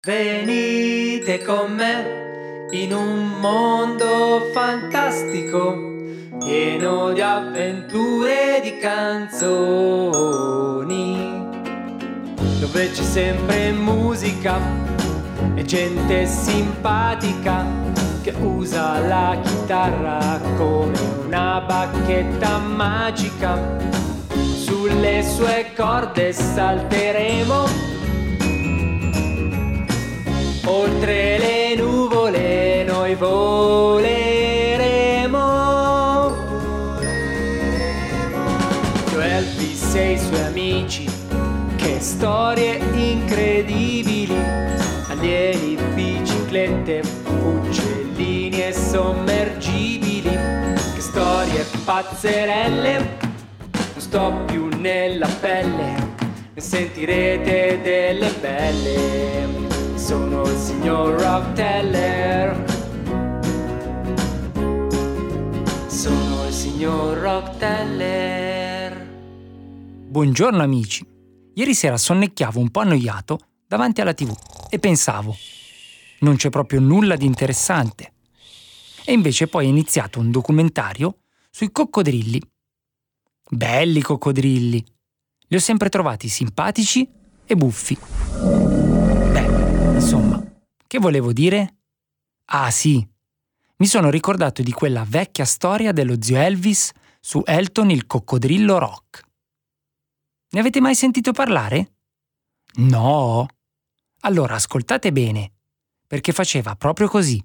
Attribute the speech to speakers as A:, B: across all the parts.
A: Venite con me in un mondo fantastico, pieno di avventure e di canzoni, dove c'è sempre musica e gente simpatica che usa la chitarra come una bacchetta magica. Sulle sue corde salteremo, oltre le nuvole noi voleremo. Elvis e i suoi amici, che storie incredibili, alieni, biciclette, uccellini e sommergibili, che storie pazzerelle, non sto più nella pelle, ne sentirete delle belle. Sono il signor Rockteller, sono il signor Rockteller.
B: Buongiorno amici. Ieri sera sonnecchiavo un po' annoiato davanti alla TV e pensavo, non c'è proprio nulla di interessante. E invece poi è iniziato un documentario sui coccodrilli. Belli coccodrilli. Li ho sempre trovati simpatici e buffi. Insomma, che volevo dire? Ah sì, mi sono ricordato di quella vecchia storia dello zio Elvis su Elton il coccodrillo rock. Ne avete mai sentito parlare? No? Allora ascoltate bene, perché faceva proprio così.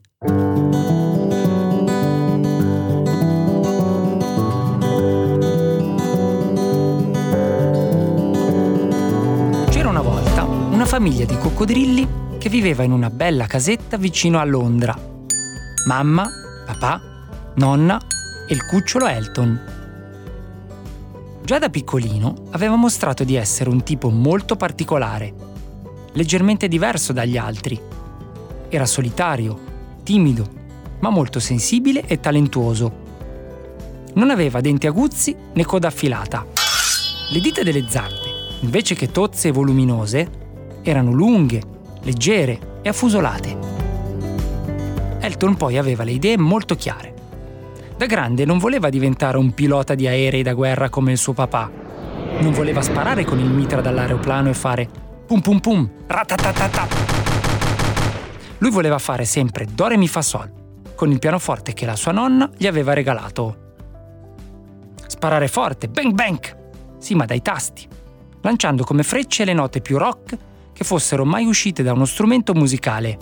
B: C'era una volta una famiglia di coccodrilli che viveva in una bella casetta vicino a Londra. Mamma, papà, nonna e il cucciolo Elton. Già da piccolino aveva mostrato di essere un tipo molto particolare, leggermente diverso dagli altri. Era solitario, timido, ma molto sensibile e talentuoso. Non aveva denti aguzzi né coda affilata. Le dita delle zampe, invece che tozze e voluminose, erano lunghe, leggere e affusolate. Elton poi aveva le idee molto chiare. Da grande non voleva diventare un pilota di aerei da guerra come il suo papà. Non voleva sparare con il mitra dall'aeroplano e fare pum pum pum, ratatatata. Lui voleva fare sempre do re mi fa sol, con il pianoforte che la sua nonna gli aveva regalato. Sparare forte, bang bang, sì ma dai tasti, lanciando come frecce le note più rock che fossero mai uscite da uno strumento musicale.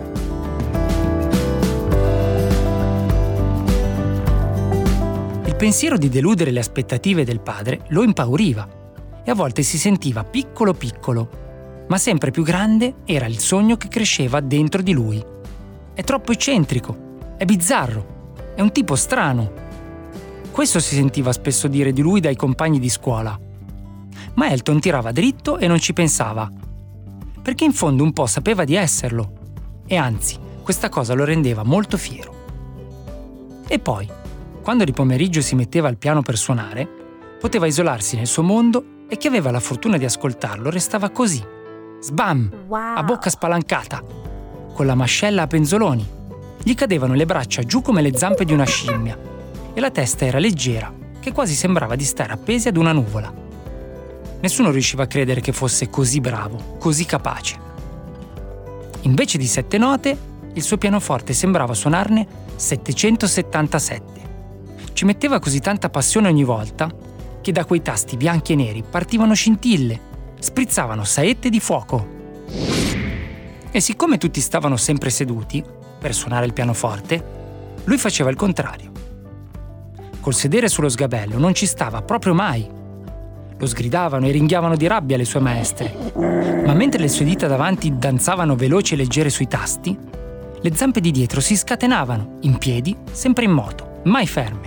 B: Il pensiero di deludere le aspettative del padre lo impauriva e a volte si sentiva piccolo piccolo, ma sempre più grande era il sogno che cresceva dentro di lui. È troppo eccentrico, è bizzarro, è un tipo strano. Questo si sentiva spesso dire di lui dai compagni di scuola. Ma Elton tirava dritto e non ci pensava, perché in fondo un po' sapeva di esserlo, e anzi, questa cosa lo rendeva molto fiero. E poi, quando di pomeriggio si metteva al piano per suonare, poteva isolarsi nel suo mondo e chi aveva la fortuna di ascoltarlo restava così, sbam, a bocca spalancata, con la mascella a penzoloni. Gli cadevano le braccia giù come le zampe di una scimmia e la testa era leggera, che quasi sembrava di stare appesi ad una nuvola. Nessuno riusciva a credere che fosse così bravo, così capace. Invece di 7 note, il suo pianoforte sembrava suonarne 777. Ci metteva così tanta passione ogni volta che da quei tasti bianchi e neri partivano scintille, sprizzavano saette di fuoco. E siccome tutti stavano sempre seduti per suonare il pianoforte, lui faceva il contrario. Col sedere sullo sgabello non ci stava proprio mai. Lo sgridavano e ringhiavano di rabbia le sue maestre. Ma mentre le sue dita davanti danzavano veloci e leggere sui tasti, le zampe di dietro si scatenavano, in piedi, sempre in moto, mai ferme.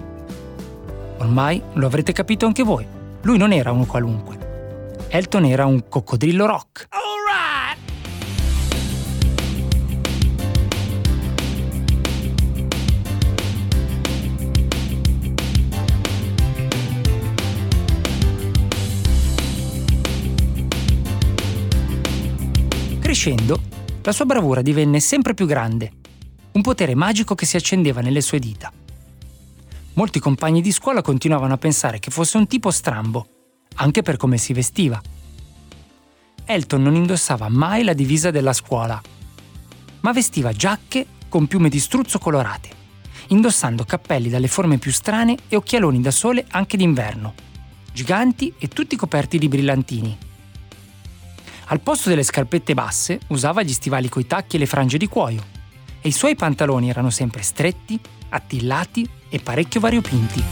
B: Ormai lo avrete capito anche voi. Lui non era uno qualunque. Elton era un coccodrillo rock. Crescendo, la sua bravura divenne sempre più grande, un potere magico che si accendeva nelle sue dita. Molti compagni di scuola continuavano a pensare che fosse un tipo strambo, anche per come si vestiva. Elton non indossava mai la divisa della scuola, ma vestiva giacche con piume di struzzo colorate, indossando cappelli dalle forme più strane e occhialoni da sole anche d'inverno, giganti e tutti coperti di brillantini. Al posto delle scarpette basse usava gli stivali coi tacchi e le frange di cuoio, e i suoi pantaloni erano sempre stretti, attillati e parecchio variopinti.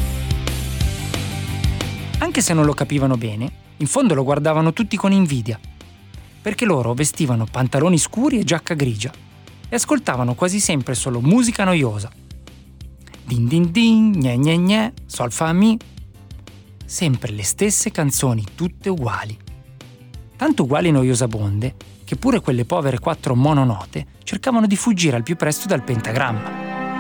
B: Anche se non lo capivano bene, in fondo lo guardavano tutti con invidia, perché loro vestivano pantaloni scuri e giacca grigia e ascoltavano quasi sempre solo musica noiosa. Din din din, gne gne gne, sol fa mi. Sempre le stesse canzoni, tutte uguali. Tanto uguali e noiosabonde che pure quelle povere 4 mononote cercavano di fuggire al più presto dal pentagramma.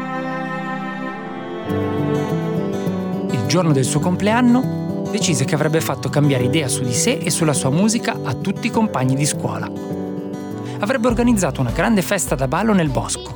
B: Il giorno del suo compleanno decise che avrebbe fatto cambiare idea su di sé e sulla sua musica a tutti i compagni di scuola. Avrebbe organizzato una grande festa da ballo nel bosco.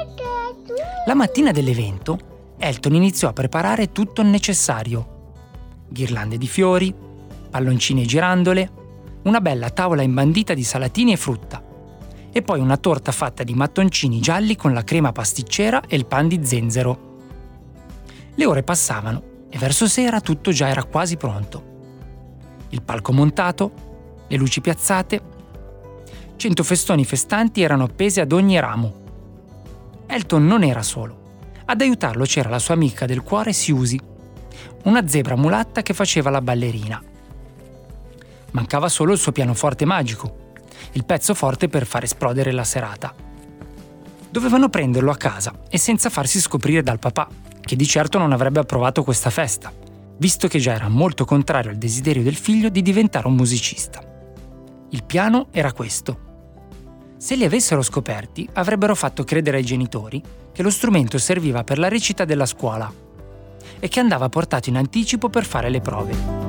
B: La mattina dell'evento, Elton iniziò a preparare tutto il necessario: ghirlande di fiori, palloncini e girandole, una bella tavola imbandita di salatini e frutta, e poi una torta fatta di mattoncini gialli con la crema pasticcera e il pan di zenzero. Le ore passavano e verso sera tutto già era quasi pronto. Il palco montato, le luci piazzate, 100 festoni festanti erano appesi ad ogni ramo. Elton non era solo. Ad aiutarlo c'era la sua amica del cuore Susie, una zebra mulatta che faceva la ballerina. Mancava solo il suo pianoforte magico, il pezzo forte per far esplodere la serata. Dovevano prenderlo a casa e senza farsi scoprire dal papà, che di certo non avrebbe approvato questa festa, visto che già era molto contrario al desiderio del figlio di diventare un musicista. Il piano era questo. Se li avessero scoperti, avrebbero fatto credere ai genitori che lo strumento serviva per la recita della scuola e che andava portato in anticipo per fare le prove.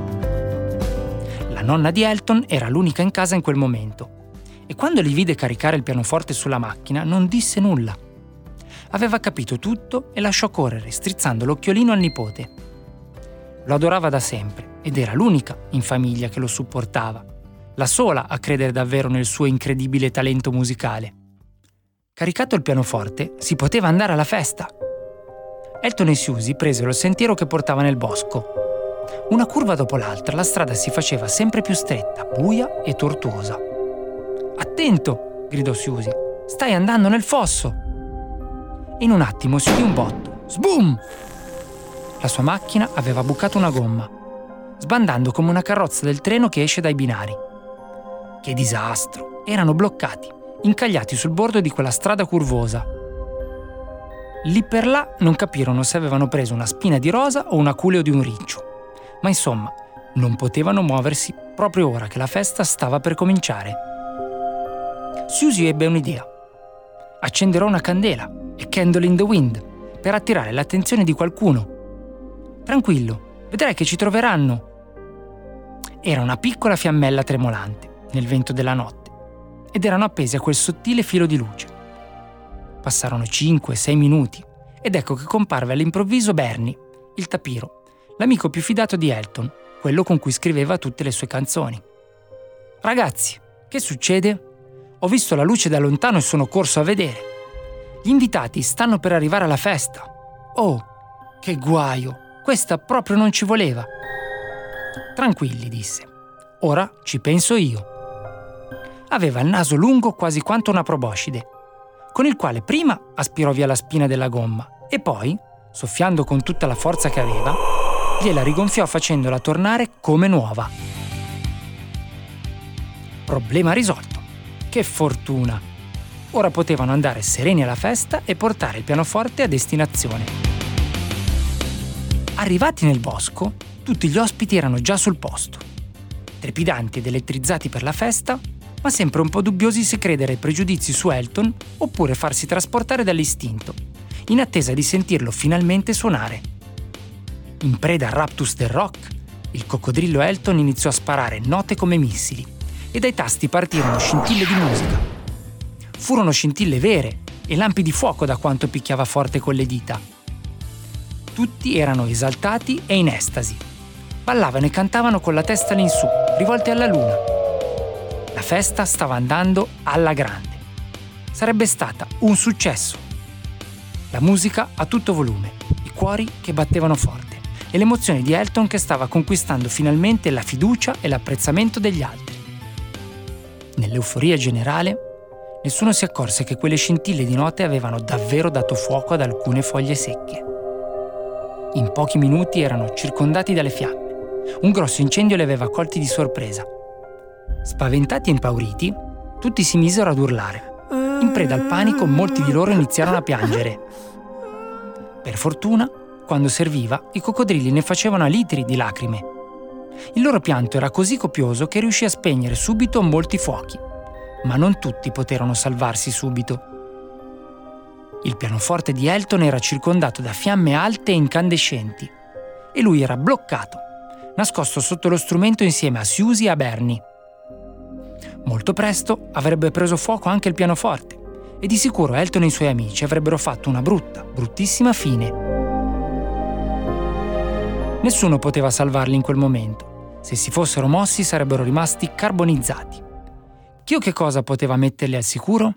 B: La nonna di Elton era l'unica in casa in quel momento e quando li vide caricare il pianoforte sulla macchina non disse nulla. Aveva capito tutto e lasciò correre, strizzando l'occhiolino al nipote. Lo adorava da sempre ed era l'unica in famiglia che lo supportava, la sola a credere davvero nel suo incredibile talento musicale. Caricato il pianoforte, si poteva andare alla festa. Elton e Susie presero il sentiero che portava nel bosco. Una curva dopo l'altra, la strada si faceva sempre più stretta, buia e tortuosa. «Attento!» gridò Susie. «Stai andando nel fosso!» In un attimo si udì un botto. Sboom! La sua macchina aveva bucato una gomma, sbandando come una carrozza del treno che esce dai binari. Che disastro! Erano bloccati, incagliati sul bordo di quella strada curvosa. Lì per là non capirono se avevano preso una spina di rosa o un aculeo di un riccio. Ma insomma, non potevano muoversi proprio ora che la festa stava per cominciare. Susie ebbe un'idea. Accenderò una candela e Candle in the Wind per attirare l'attenzione di qualcuno. Tranquillo, vedrai che ci troveranno. Era una piccola fiammella tremolante nel vento della notte ed erano appesi a quel sottile filo di luce. Passarono 5-6 minuti ed ecco che comparve all'improvviso Bernie, il tapiro, l'amico più fidato di Elton, quello con cui scriveva tutte le sue canzoni. «Ragazzi, che succede? Ho visto la luce da lontano e sono corso a vedere. Gli invitati stanno per arrivare alla festa. Oh, che guaio! Questa proprio non ci voleva!» «Tranquilli», disse. «Ora ci penso io». Aveva il naso lungo quasi quanto una proboscide, con il quale prima aspirò via la spina della gomma e poi, soffiando con tutta la forza che aveva, gliela rigonfiò facendola tornare come nuova. Problema risolto. Che fortuna! Ora potevano andare sereni alla festa e portare il pianoforte a destinazione. Arrivati nel bosco, tutti gli ospiti erano già sul posto, trepidanti ed elettrizzati per la festa, ma sempre un po' dubbiosi se credere ai pregiudizi su Elton oppure farsi trasportare dall'istinto, in attesa di sentirlo finalmente suonare. In preda al raptus del rock, il coccodrillo Elton iniziò a sparare note come missili, e dai tasti partirono scintille di musica. Furono scintille vere e lampi di fuoco da quanto picchiava forte con le dita. Tutti erano esaltati e in estasi. Ballavano e cantavano con la testa all'insù, rivolti alla luna. La festa stava andando alla grande. Sarebbe stata un successo. La musica a tutto volume, i cuori che battevano forte e l'emozione di Elton che stava conquistando finalmente la fiducia e l'apprezzamento degli altri. Nell'euforia generale, nessuno si accorse che quelle scintille di note avevano davvero dato fuoco ad alcune foglie secche. In pochi minuti erano circondati dalle fiamme. Un grosso incendio li aveva colti di sorpresa. Spaventati e impauriti, tutti si misero ad urlare. In preda al panico, molti di loro iniziarono a piangere. Per fortuna, quando serviva, i coccodrilli ne facevano a litri di lacrime. Il loro pianto era così copioso che riuscì a spegnere subito molti fuochi, ma non tutti poterono salvarsi subito. Il pianoforte di Elton era circondato da fiamme alte e incandescenti e lui era bloccato, nascosto sotto lo strumento insieme a Susie e a Bernie. Molto presto avrebbe preso fuoco anche il pianoforte e di sicuro Elton e i suoi amici avrebbero fatto una bruttissima fine. Nessuno poteva salvarli in quel momento. Se si fossero mossi sarebbero rimasti carbonizzati. Chi o che cosa poteva metterli al sicuro?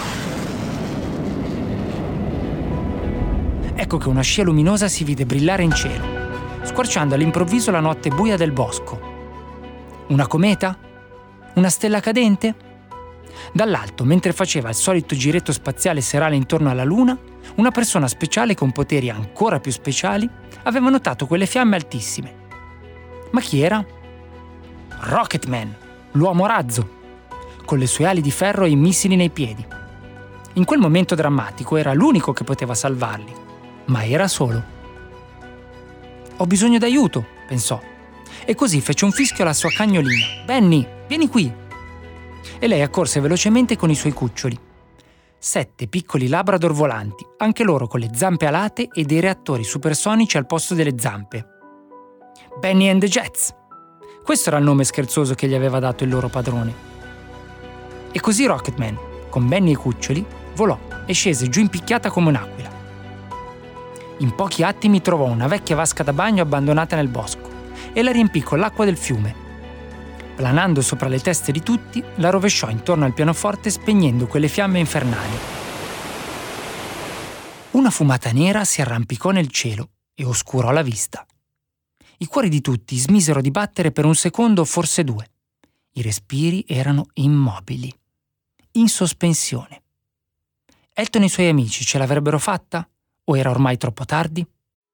B: Ecco che una scia luminosa si vide brillare in cielo, squarciando all'improvviso la notte buia del bosco. Una cometa? Una stella cadente? Dall'alto, mentre faceva il solito giretto spaziale serale intorno alla Luna, una persona speciale con poteri ancora più speciali aveva notato quelle fiamme altissime. Ma chi era? Rocketman, l'uomo razzo, con le sue ali di ferro e i missili nei piedi. In quel momento drammatico era l'unico che poteva salvarli, ma era solo. «Ho bisogno d'aiuto», pensò, e così fece un fischio alla sua cagnolina. «Benny, vieni qui!» E lei accorse velocemente con i suoi cuccioli. 7 piccoli labrador volanti, anche loro con le zampe alate e dei reattori supersonici al posto delle zampe. Benny and the Jets. Questo era il nome scherzoso che gli aveva dato il loro padrone. E così Rocketman, con Benny e i cuccioli, volò e scese giù in picchiata come un'aquila. In pochi attimi trovò una vecchia vasca da bagno abbandonata nel bosco e la riempì con l'acqua del fiume. Planando sopra le teste di tutti, la rovesciò intorno al pianoforte spegnendo quelle fiamme infernali. Una fumata nera si arrampicò nel cielo e oscurò la vista. I cuori di tutti smisero di battere per un secondo o forse 2. I respiri erano immobili, in sospensione. Elton e i suoi amici ce l'avrebbero fatta? O era ormai troppo tardi?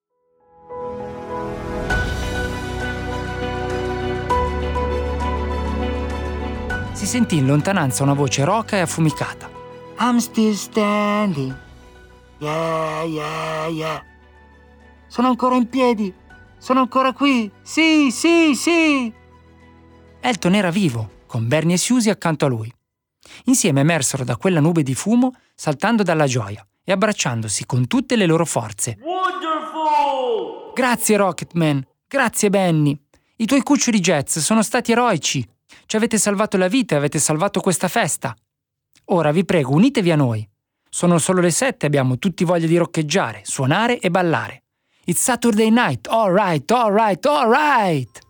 B: Si sentì in lontananza una voce roca e affumicata. I'm still standing. Yeah, yeah, yeah. Sono ancora in piedi. Sono ancora qui. Sì, sì, sì. Elton era vivo, con Bernie e Susie accanto a lui. Insieme emersero da quella nube di fumo, saltando dalla gioia e abbracciandosi con tutte le loro forze. Wonderful! Grazie Rocketman, grazie Benny. I tuoi cuccioli Jets sono stati eroici. Ci avete salvato la vita e avete salvato questa festa. Ora vi prego, unitevi a noi. Sono solo le 7 e abbiamo tutti voglia di roccheggiare, suonare e ballare. It's Saturday night, all right, all right, all right!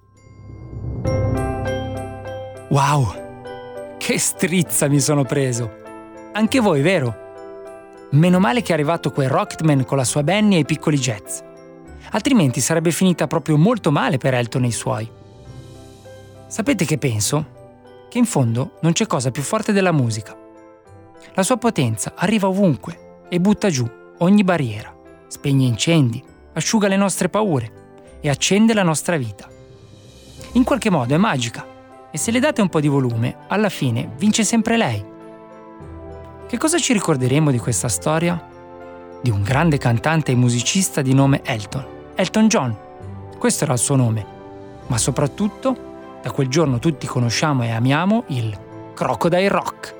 B: Wow, che strizza mi sono preso. Anche voi, vero? Meno male che è arrivato quel Rocketman con la sua Benny e i piccoli Jets. Altrimenti sarebbe finita proprio molto male per Elton e i suoi. Sapete che penso? Che in fondo non c'è cosa più forte della musica. La sua potenza arriva ovunque e butta giù ogni barriera, spegne incendi, asciuga le nostre paure e accende la nostra vita. In qualche modo è magica e se le date un po' di volume, alla fine vince sempre lei. Che cosa ci ricorderemo di questa storia? Di un grande cantante e musicista di nome Elton John. Questo era il suo nome, ma soprattutto da quel giorno tutti conosciamo e amiamo il Crocodile Rock.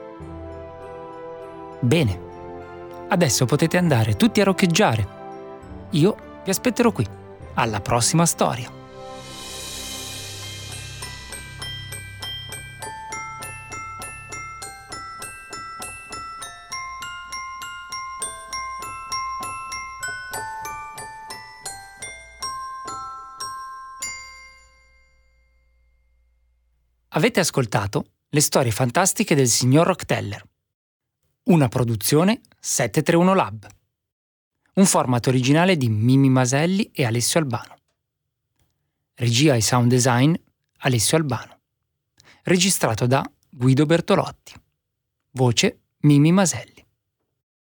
B: Bene, adesso potete andare tutti a roccheggiare. Io vi aspetterò qui, alla prossima storia. Avete ascoltato Le storie fantastiche del signor Rocketeller. Una produzione 731 Lab. Un format originale di Mimmi Maselli e Alessio Albano. Regia e sound design Alessio Albano. Registrato da Guido Bertolotti. Voce Mimmi Maselli.